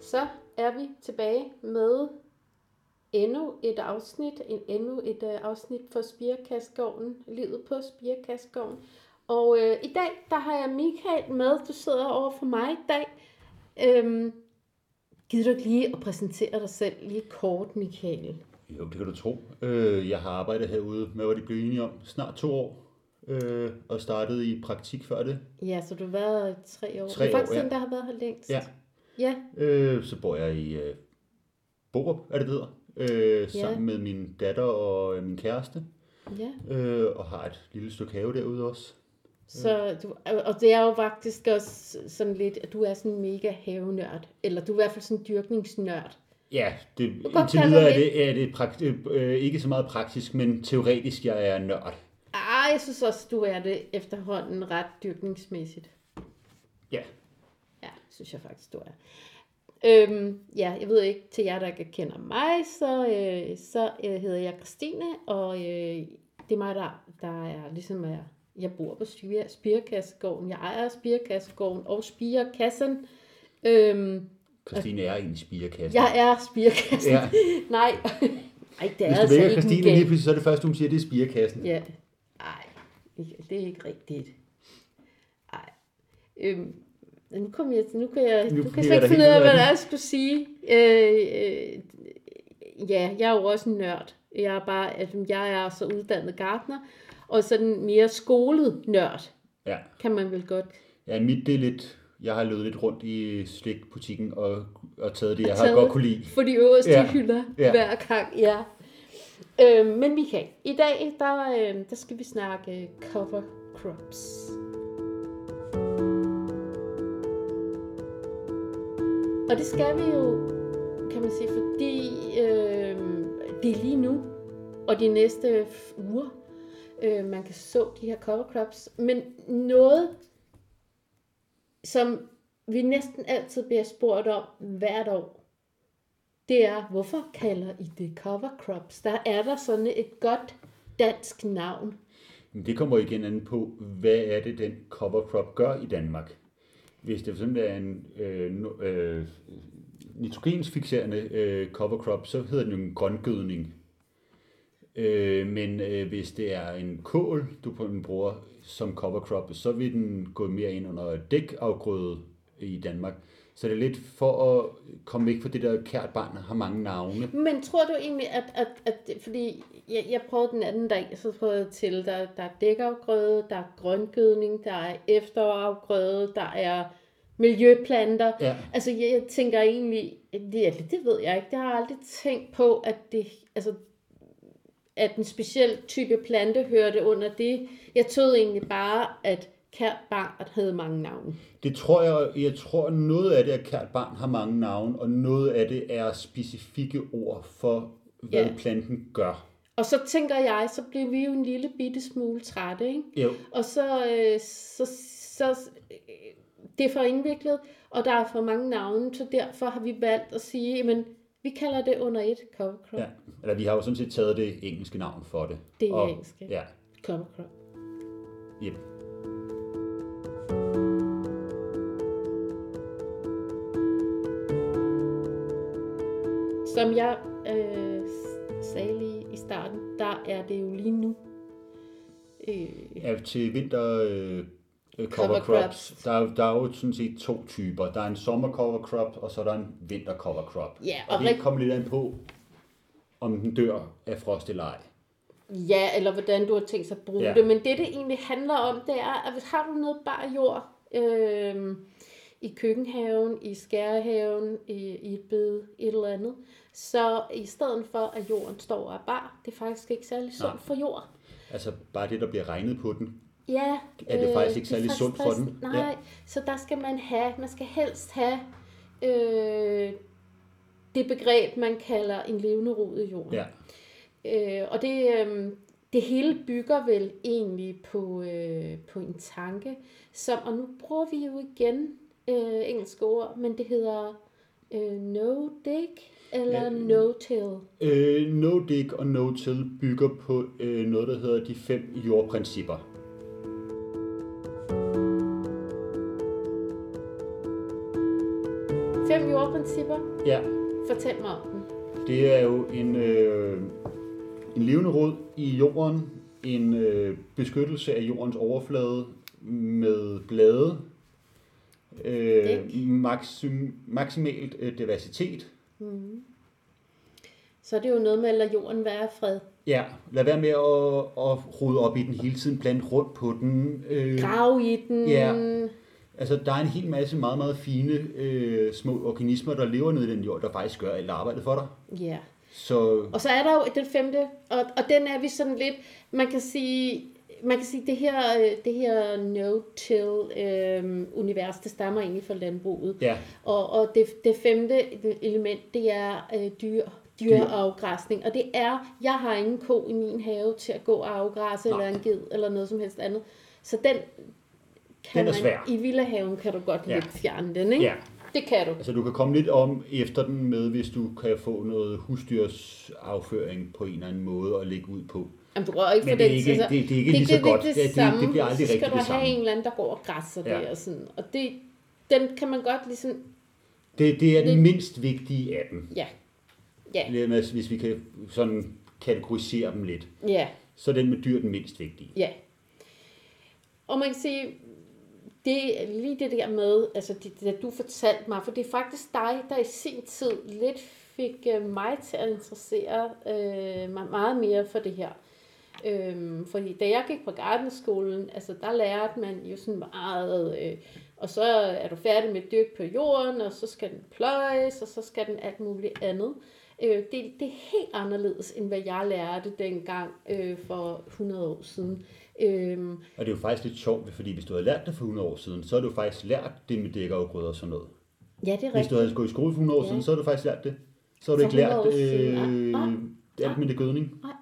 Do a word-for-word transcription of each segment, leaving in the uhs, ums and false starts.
så er vi tilbage med endnu et afsnit, en, endnu et uh, afsnit for Spirekastgården, livet på Spirekastgården. Og uh, i dag, der har jeg Michael med, du sidder over for mig i dag. Øhm, gider du ikke lige at præsentere dig selv lige kort, Michael? Jo, det kan du tro. Jeg har arbejdet herude med, hvad de blev enige om, snart to år, og startede i praktik før det. Ja, så du har været tre år. Tre det er faktisk år, ja. den, der har været her længst. Ja. Ja. Øh, så bor jeg i øh, Borup, er det det hedder, øh, sammen Ja. med min datter og øh, min kæreste, Ja. øh, og har et lille stykke have derude også. Så du, og det er jo faktisk også sådan lidt, at du er sådan en mega havenørd, eller du er i hvert fald sådan en dyrkningsnørd. Ja, det, godt indtil kalde videre er det- det, er det prakt, øh, ikke så meget praktisk, men teoretisk jeg er nørd. Ah, jeg synes også, du er det efterhånden ret dyrkningsmæssigt. Ja, Ja, synes jeg faktisk, du er. Øhm, ja, jeg ved ikke, til jer, der ikke kender mig, så, øh, så øh, hedder jeg Christine, og øh, det er mig, der, der er ligesom er, jeg bor på Spire- Spirekastgården. Jeg ejer Spirekastgården og Spirekassen. Øhm, Christine er en spirekasse. jeg er Spirekassen. Ja. Nej, nej, det er Hvis du altså vækker ikke Christine Michael. lige pludselig, så er det første, hun siger, det er spirekassen. Ja, nej, det er ikke rigtigt. Nej. Øhm, nu kom jeg, nu kan jeg, Nu nu kan jeg bliver slet ikke der finde ud helt af, ud af hvad den. det er, jeg skulle sige. Øh, øh, ja, jeg er jo også en nørd. Jeg er bare, altså, jeg er så uddannet gartner, og sådan mere skolet nørd, Ja. kan man vel godt. Ja, mit det er lidt, jeg har løbet lidt rundt i slikbutikken og, og taget det, jeg har taget godt kunne lide. For de øverste Ja. hylder Ja. hver gang, ja. Øh, men Michael, i dag, der, øh, der skal vi snakke cover crops. Og det skal vi jo, kan man sige, fordi øh, det er lige nu, og de næste f- uger, øh, man kan så de her cover crops. Men noget, som vi næsten altid bliver spurgt om hvert år, det er, hvorfor kalder I det cover crops? Der er der sådan et godt dansk navn. Men det kommer igen an på, hvad er det, den cover crop gør i Danmark. Hvis det for eksempel er en øh, no- øh, nitrogensfikserende øh, cover crop, så hedder den jo en grøngødning. Øh, men øh, hvis det er en kål, du på den bruger som cover crop, så vil den gå mere ind under dækafgrøde i Danmark. Så det er lidt for at komme væk fra det der, kært barn har mange navne. Men tror du egentlig, at, at, at fordi jeg, jeg prøvede den anden dag, så prøvede jeg til, der, der er dækafgrøde, der er grøngødning, der er efterafgrøde, der er miljøplanter. Ja. Altså jeg, jeg tænker egentlig, det, det ved jeg ikke, det har jeg aldrig tænkt på, at det, altså, at en speciel type plante hørte under det. Jeg troede egentlig bare, at kært barn havde mange navne. Det tror jeg, jeg tror noget af det, at kært barn har mange navne, og noget af det er specifikke ord for, hvad Ja. planten gør. Og så tænker jeg, så bliver vi jo en lille bitte smule trætte, ikke? Jo. Og så, øh, så, så øh, det er for indviklet, og der er for mange navne, så derfor har vi valgt at sige, men vi kalder det under et cover crop. Ja. Eller vi har jo sådan set taget det engelske navn for det. Det er Og- engelske. Ja. Cover crop. Yep. Som jeg øh, sagde lige i starten, der er det jo lige nu. Øh, Ja, til vinter øh, øh, cover, Cover crops, crops. Der, er- der er jo sådan set to typer. Der er en sommer cover crop, og så er der en vinter cover crop. Ja, og og det rig- kommer lidt an på, om den dør af frost eller ej. Ja, eller hvordan du har tænkt sig at bruge Ja. ja. det. Men det, det egentlig handler om, det er, at hvis har du noget bar jord øh, i køkkenhaven, i skærehaven, i, i et bed, et eller andet, så i stedet for, at jorden står og er bar, det er faktisk ikke særlig sundt Nej. for jord. Altså bare det, der bliver regnet på den. Ja, Er det faktisk ikke det er særlig faktisk sundt for faktisk- den? Nej, Ja. ja. Så der skal man have, man skal helst have øh, det begreb, man kalder en levende rod i jorden. Ja. Øh, og det, øh, det hele bygger vel egentlig på, øh, på en tanke, som, og nu bruger vi jo igen øh, engelske ord, men det hedder øh, no dig eller Ja. no till. Øh, no dig og no till bygger på øh, noget, der hedder de fem jordprincipper. Fem jordprincipper. Ja. Fortæl mig om dem. Det er jo en, øh, en levende rod i jorden, en øh, beskyttelse af jordens overflade med blade, øh, maksim, maksimalt øh, diversitet. Mm. Så er det jo noget med at lade jorden være fred. Ja, lad være med at, at rode op i den hele tiden, plante rundt på den. Øh, Grav i den. Ja, altså der er en hel masse meget, meget fine øh, små organismer, der lever nede i den jord, der faktisk gør alt arbejdet for dig. Ja. Så... Og så er der jo den femte, og, og den er vi sådan lidt, man kan sige, man kan sige det her, det her no-till øh, univers, det stammer egentlig fra landbruget. Ja. Og, og det, det femte element, det er øh, dyr. dyreafgræsning, og det er, jeg har ingen ko i min have til at gå og afgræsse, eller en ged, eller noget som helst andet. Så den kan den er svær. Man, i villahaven kan du godt ja. lidt fjerne den, ikke? Ja. Det kan du. Altså du kan komme lidt om efter den med, hvis du kan få noget husdyrsafføring på en eller anden måde at lægge ud på. Jamen, du rører ikke Men for det er den. ikke, altså, det, det er ikke det, lige så det, godt. Det, det, det, det, det bliver aldrig rigtig det samme. Så skal du have en eller anden, der går og græsser ja. der og sådan. Og det, den kan man godt ligesom... Det, det er den det, mindst vigtige af dem. Ja. Ja. Hvis vi kan sådan kategorisere dem lidt. Ja. Så er den med dyr den mindst vigtige. Ja. Og man kan sige, det er lige det der med, altså det, det du fortalte mig, for det er faktisk dig, der i sin tid lidt fik mig til at interessere øh, mig meget mere for det her. Øhm, fordi da jeg gik på gardenskolen, altså der lærte man jo sådan meget, øh, og så er du færdig med at dyrke på jorden, og så skal den pløjes, og så skal den alt muligt andet. Øh, det, det er helt anderledes, end hvad jeg lærte dengang øh, for hundrede år siden. Øhm, og det er jo faktisk lidt sjovt, fordi hvis du havde lært det for hundrede år siden, så har du faktisk lært det med dækafgrøder og sådan noget. Ja, det er rigtigt. Hvis du havde gået i skole for hundrede år ja. siden, så har du faktisk lært det. Så har du ikke lært øh, alt med det gødning. Nej.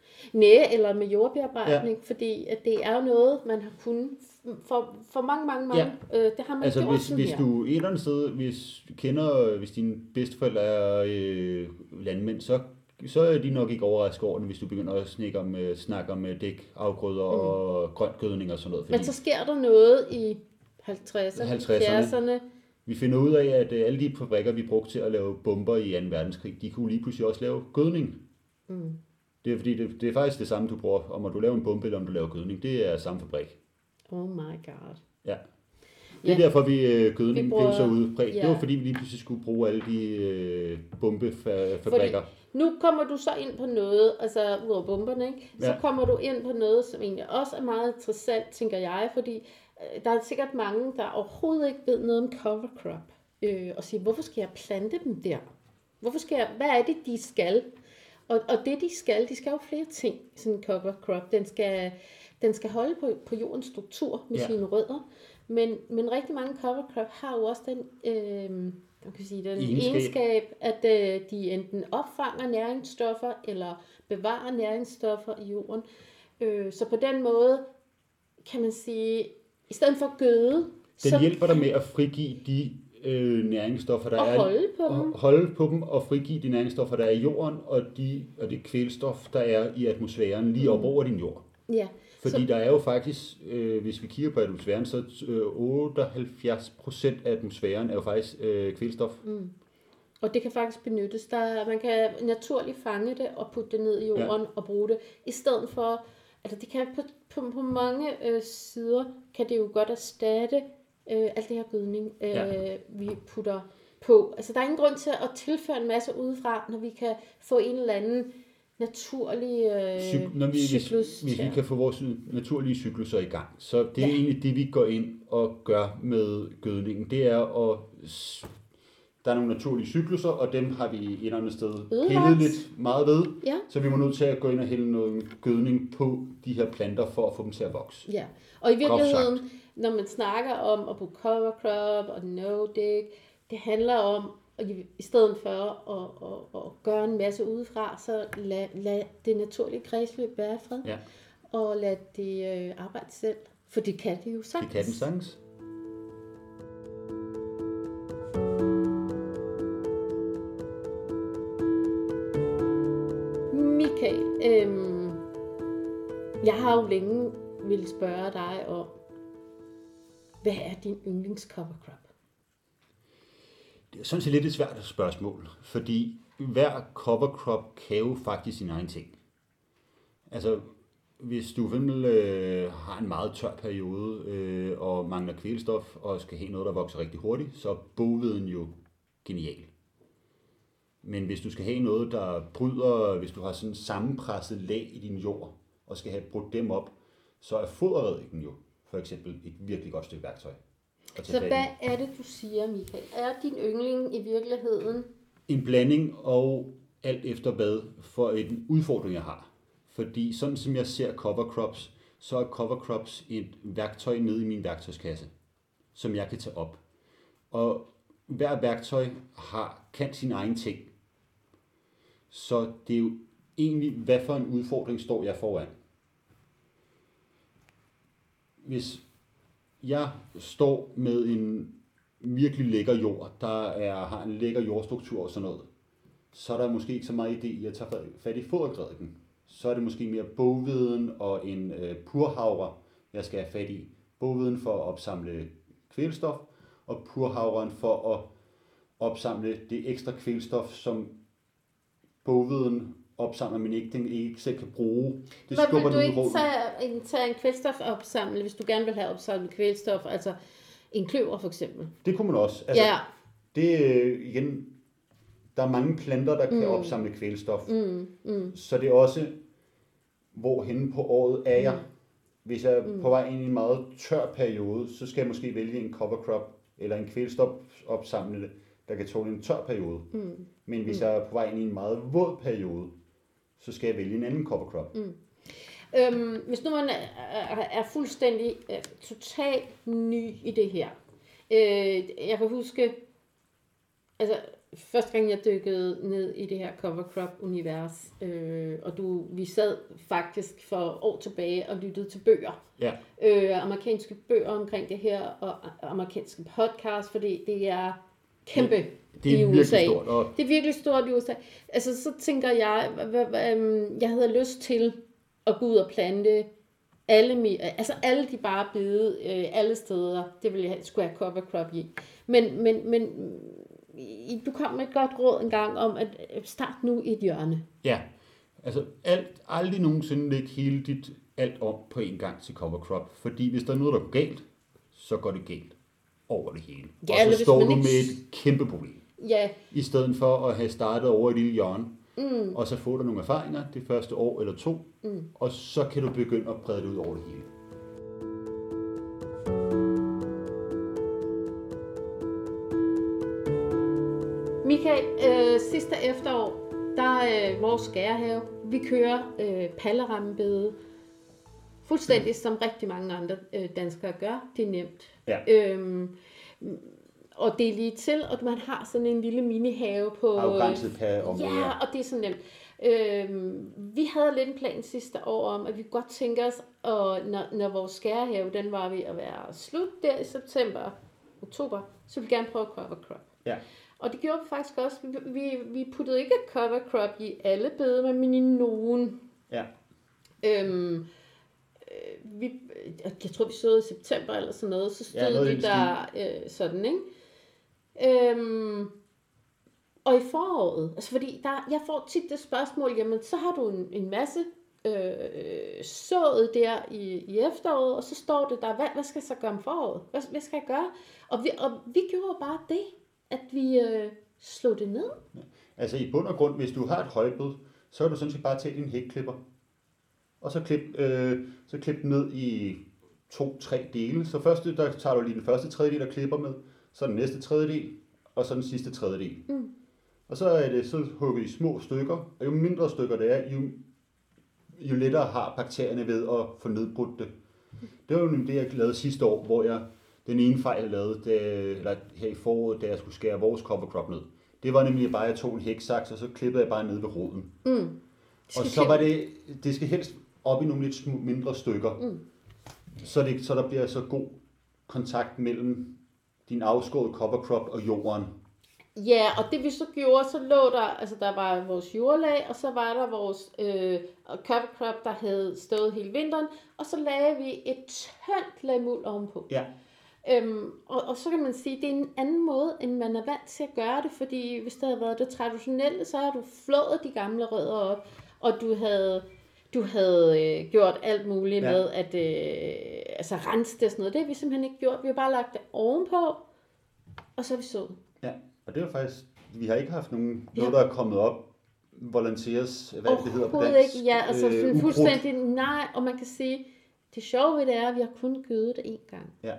Næ, eller med jordbearbejdning, ja. fordi at det er jo noget, man har kunnet for, for mange, mange, mange. Ja. Øh, det har man altså, gjort hvis, hvis du et eller andet sted, hvis du kender, hvis dine bedsteforældre er øh, landmænd, så, så er de nok ikke overrasket over det, hvis du begynder at snakke om, øh, snakke om øh, dækafgrøder mm. og grønt gødning og sådan noget. Fordi men så sker der noget i halvtredserne, halvfjerdserne. Vi finder ud af, at alle de fabrikker, vi brugte til at lave bomber i anden verdenskrig, de kunne lige pludselig også lave gødning. Mm. Det er fordi, det, det er faktisk det samme, du bruger, om du laver en bombe eller om du laver gødning. Det er samme fabrik. Oh my god. Ja. Det er ja. derfor, vi gødning vi bruger, blev så udbredt. Ja. Det var fordi, vi lige pludselig skulle bruge alle de øh, bombefabrikker. Fordi nu kommer du så ind på noget, altså ud over bomberne, ikke? Så ja. kommer du ind på noget, som egentlig også er meget interessant, tænker jeg, fordi øh, der er sikkert mange, der overhovedet ikke ved noget om cover crop. Øh, og siger, hvorfor skal jeg plante dem der? Hvorfor skal jeg, hvad er det, de skal? Og, og det de skal, de skal jo flere ting, sådan en cover crop. Den skal, den skal holde på, på jordens struktur med ja. sine rødder. Men, men rigtig mange cover crop har jo også den, øh, man kan sige, den egenskab, egenskab at øh, de enten opfanger næringsstoffer eller bevarer næringsstoffer i jorden. Øh, så på den måde kan man sige, i stedet for gøde... Den så hjælper dig med at frigive de øh, næringsstoffer, der og er... holde på dem. Og holde på dem og frigive de næringsstoffer, der er i jorden, og, de, og det kvælstof, der er i atmosfæren lige op over din jord. Ja. Fordi så, der er jo faktisk, øh, hvis vi kigger på atmosfæren, så øh, otteoghalvfjerds procent af atmosfæren er jo faktisk øh, kvælstof. Mm. Og det kan faktisk benyttes. Der, man kan naturligt fange det og putte det ned i jorden ja. og bruge det. I stedet for, altså det kan på, på, på mange øh, sider, kan det jo godt erstatte øh, alt det her gødning, øh, ja. vi putter på. Altså der er ingen grund til at tilføre en masse udefra, når vi kan få en eller anden naturlig øh, Cyk- når vi, cyklus. Hvis, hvis vi kan få vores naturlige cykluser i gang. Så det er ja. egentlig det, vi går ind og gør med gødningen. Det er at... Der er nogle naturlige cykluser, og dem har vi et eller andet sted hældet lidt meget ved. Ja. Så vi må nødt til at gå ind og hælde noget gødning på de her planter, for at få dem til at vokse. Ja, og i virkeligheden, når man snakker om at bruge cover crop og no-dig, det handler om, i stedet for at, at, at gøre en masse udefra, så lad, lad det naturlige kredsløb være i fred. Ja. Og lad det øh, arbejde selv. For det kan det jo sagtens. Det kan den sagtens. Michael, øhm, jeg har jo længe ville spørge dig om, hvad er din yndlings cover crop? Det er sådan set lidt et svært spørgsmål, fordi hver cover crop kan jo faktisk sin egen ting. Altså, hvis du for eksempel øh, har en meget tør periode øh, og mangler kvælstof og skal have noget, der vokser rigtig hurtigt, så er boveden jo genial. Men hvis du skal have noget, der bryder, hvis du har sådan sammenpresset lag i din jord og skal have brudt dem op, så er foderredningen jo for eksempel et virkelig godt stykke værktøj. Så hvad er det, du siger, Michael? Er din yndling i virkeligheden? En blanding og alt efter hvad for en udfordring, jeg har. Fordi sådan som jeg ser cover crops, så er cover crops et værktøj nede i min værktøjskasse, som jeg kan tage op. Og hver værktøj har, kan sin egen ting. Så det er jo egentlig, hvad for en udfordring står jeg foran. Hvis jeg står med en virkelig lækker jord, der er, har en lækker jordstruktur og sådan noget, så er der måske ikke så meget idé i at tage fat i fodergrædiken. Så er det måske mere boveden og en øh, purhavre, jeg skal have fat i. Boveden for at opsamle kvælstof, og purhavren for at opsamle det ekstra kvælstof, som boveden opsamler, men ikke, den ikke selv kan bruge. Det Hvad vil du ikke tage, tage en kvælstofopsamle, hvis du gerne vil have opsamlet kvælstof, altså en kløver for eksempel? Det kunne man også. Altså, ja. Det igen, der er mange planter, der kan mm. opsamle kvælstof. Mm. Mm. Så det er også, hvor henne på året er jeg. Mm. Hvis jeg er mm. på vej ind i en meget tør periode, så skal jeg måske vælge en cover crop eller en kvælstofopsamlende, der kan tåle en tør periode. Mm. Men hvis mm. jeg er på vej ind i en meget våd periode, så skal jeg vælge en anden cover crop. Mm. Øhm, hvis nu man er, er fuldstændig er totalt ny i det her. Øh, jeg kan huske, altså første gang jeg dykkede ned i det her cover crop univers, øh, og du, vi sad faktisk for år tilbage og lyttede til bøger. Ja. Øh, amerikanske bøger omkring det her, og amerikanske podcast, fordi det er kæmpe det, det er i U S A. Virkelig stort, og... Det er virkelig stort i U S A. Altså så tænker jeg, jeg havde lyst til at gå ud og plante alle, altså alle de bare bede alle steder. Det ville jeg skulle have cover crop i. Men, men, men du kom med et godt råd en gang om at starte nu i et hjørne. Ja, altså alt, aldrig nogensinde lægge hele dit alt om på en gang til cover crop. Fordi hvis der er noget, der går galt, så går det galt over det hele. Ja, og så står du ikke... med et kæmpe problem. Ja. I stedet for at have startet over et lille hjørne, mm. og så få du nogle erfaringer det første år eller to, mm. og så kan du begynde at brede det ud over det hele. Michael, øh, sidste efterår, der er øh, vores skærehave. Vi kører øh, pallerammebede. Fuldstændig som rigtig mange andre øh, danskere gør. Det er nemt. Ja. Øhm, og det er lige til, og man har sådan en lille minihave på... Afgrænset per område. Ja, og det er så nemt. Øhm, vi havde lidt en plan sidste år om, at vi godt tænker os, og når, når vores skærehave, den var ved at være slut der i september, oktober, så ville vi gerne prøve cover crop. Ja. Og det gjorde vi faktisk også. Vi, vi, vi puttede ikke cover crop i alle bede, men i nogen. Ja. Øhm, vi, jeg tror, vi så i september eller sådan noget, så stod ja, noget de der øh, sådan, ikke? Øhm, og i foråret, altså fordi der, jeg får tit det spørgsmål, jamen så har du en, en masse øh, sået der i, i efteråret, og så står det der, hvad, hvad skal jeg så gøre om foråret? Hvad, hvad skal jeg gøre? Og vi, og vi gjorde bare det, at vi øh, slog det ned. Ja. Altså i bund og grund, hvis du har et højbed, så kan du sådan set bare tage din hækklipper, og så klip, øh, så klip den ned i to-tre dele. Så først der tager du lige den første tredjedel og klipper med, så den næste tredjedel, og så den sidste tredjedel. Mm. Og så er det så hugget i små stykker, og jo mindre stykker det er, jo, jo lettere har bakterierne ved at få nedbrudt det. Det var jo det, jeg lavede sidste år, hvor jeg den ene fejl, jeg lavede da, eller her i foråret, da jeg skulle skære vores cover crop ned. Det var nemlig bare, at jeg tog en hæksaks, og så klippede jeg bare ned ved roden. Mm. Og så var det, det skal helst op i nogle lidt mindre stykker, mm. så, det, så der bliver så god kontakt mellem din afskårede cover crop og jorden. Ja, og det vi så gjorde, så lå der, altså der var vores jordlag, og så var der vores øh, cover crop, der havde stået hele vinteren, og så lagde vi et tyndt lag muld ovenpå. Ja. Øhm, og, og så kan man sige, at det er en anden måde, end man er vant til at gøre det, fordi hvis det havde været det traditionelle, så har du flået de gamle rødder op, og du havde, du havde øh, gjort alt muligt ja. med at øh, altså rense det og sådan noget. Det har vi simpelthen ikke gjort. Vi har bare lagt det ovenpå, og så har vi sået. Ja, og det er faktisk, vi har ikke haft nogen, ja. noget, der er kommet op, volunteers, hvad det hedder på dansk. Ikke. Ja, altså øh, fuldstændig nej, og man kan sige, det sjove ved det er, at vi har kun gødet det én gang. Ja.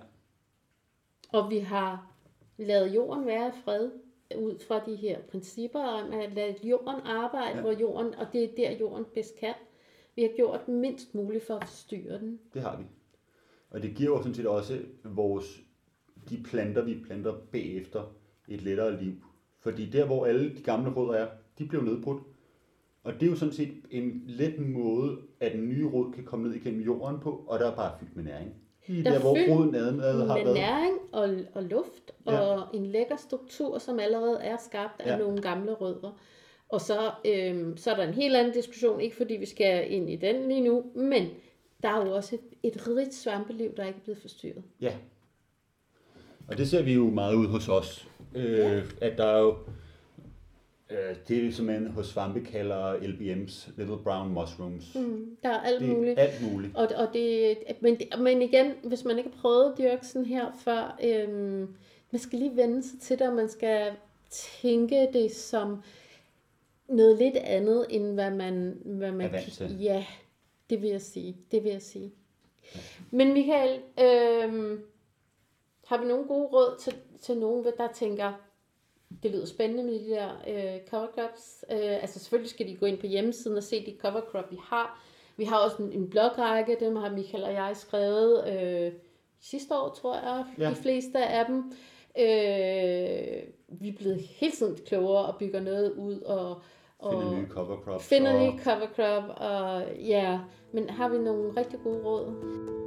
Og vi har lavet jorden være i fred, ud fra de her principper om at lade jorden arbejde, ja. hvor jorden, og det er der jorden bedst kan. Vi har gjort mindst muligt for at forstyrre den. Det har vi. Og det giver jo sådan set også vores, de planter, vi planter bagefter, et lettere liv. Fordi der, hvor alle de gamle rødder er, de blev nedbrudt. Og det er jo sådan set en let måde, at en ny rod kan komme ned igennem jorden på, og der er bare fyldt med næring. Der, der er hvor roden ad, ad, har med været. næring og, og luft, ja. og en lækker struktur, som allerede er skabt af ja. nogle gamle rødder. Og så, øhm, så er der en helt anden diskussion, ikke fordi vi skal ind i den lige nu, men der er jo også et, et rigt svampeliv, der ikke er blevet forstyrret. Ja, og det ser vi jo meget ud hos os, øh, ja. at der er jo, øh, det er som man hos svampe kalder L B M's, Little Brown Mushrooms. Mm, der er alt det muligt. Er alt muligt. Og, og det, men, men igen, hvis man ikke har prøvet at dyrke sådan her før, øhm, man skal lige vende sig til det, og man skal tænke det som noget lidt andet, end hvad man, hvad man er vant til. Ja, det vil jeg sige. Det vil jeg sige. Ja. Men Michael, øhm, har vi nogle gode råd til, til nogen, der tænker, det lyder spændende med de der øh, cover crops. Øh, altså selvfølgelig skal de gå ind på hjemmesiden og se de cover crop, vi har. Vi har også en, en blogrække, dem har Michael og jeg skrevet øh, sidste år, tror jeg, ja. de fleste af dem. Øh, vi er blevet hele tiden klogere og bygger noget ud og, og finder nye cover crops. Finder og... nye cover crop, og ja, men har vi nogle rigtig gode råd?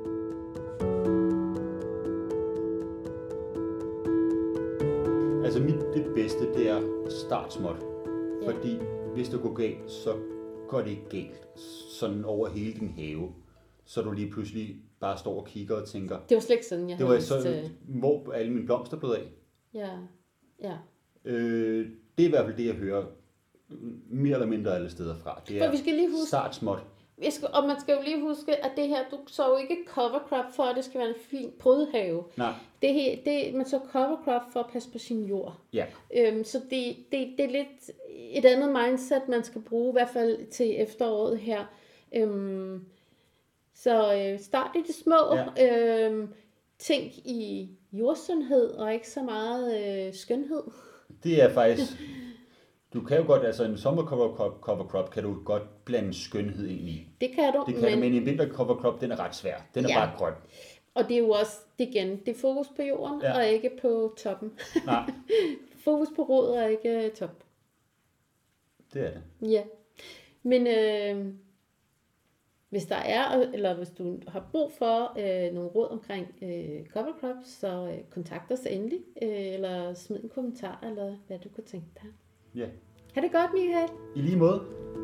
Altså mit, det bedste, det er start småt. Ja. Fordi hvis det går galt, så går det ikke galt. Sådan over hele din have. Så du lige pludselig bare står og kigger og tænker. Det var slet ikke sådan, jeg det havde var så, til... Hvor er alle mine blomster blevet af? Ja, ja. Øh, det er i hvert fald det, jeg hører mere eller mindre alle steder fra. Det er for vi skal lige huske... start småt. Skal, og man skal jo lige huske, at det her, du så jo ikke cover crop for, at det skal være en fin prydhave. Nej. Det her, det, man så cover crop for at passe på sin jord. Ja. Øhm, så det, det, det er lidt et andet mindset, man skal bruge, i hvert fald til efteråret her. Øhm, så øh, start i det små. Ja. Øhm, tænk i jordsundhed, og ikke så meget øh, skønhed. Det er faktisk... Du kan jo godt, altså en sommer cover crop, cover crop kan du godt blande skønhed ind i. Det kan du. Det kan men... du, men en vinter cover crop, den er ret svær. Den er ja. bare grøn. Og det er jo også, det igen, det er fokus på jorden, ja. og ikke på toppen. Nej. Fokus på rod og ikke top. Det er det. Ja. Men øh, hvis der er, eller hvis du har brug for øh, nogle råd omkring øh, cover crops, så øh, kontakt os endelig, øh, eller smid en kommentar, eller hvad du kunne tænke dig. Ja. Ha' det godt, Michael. I lige måde.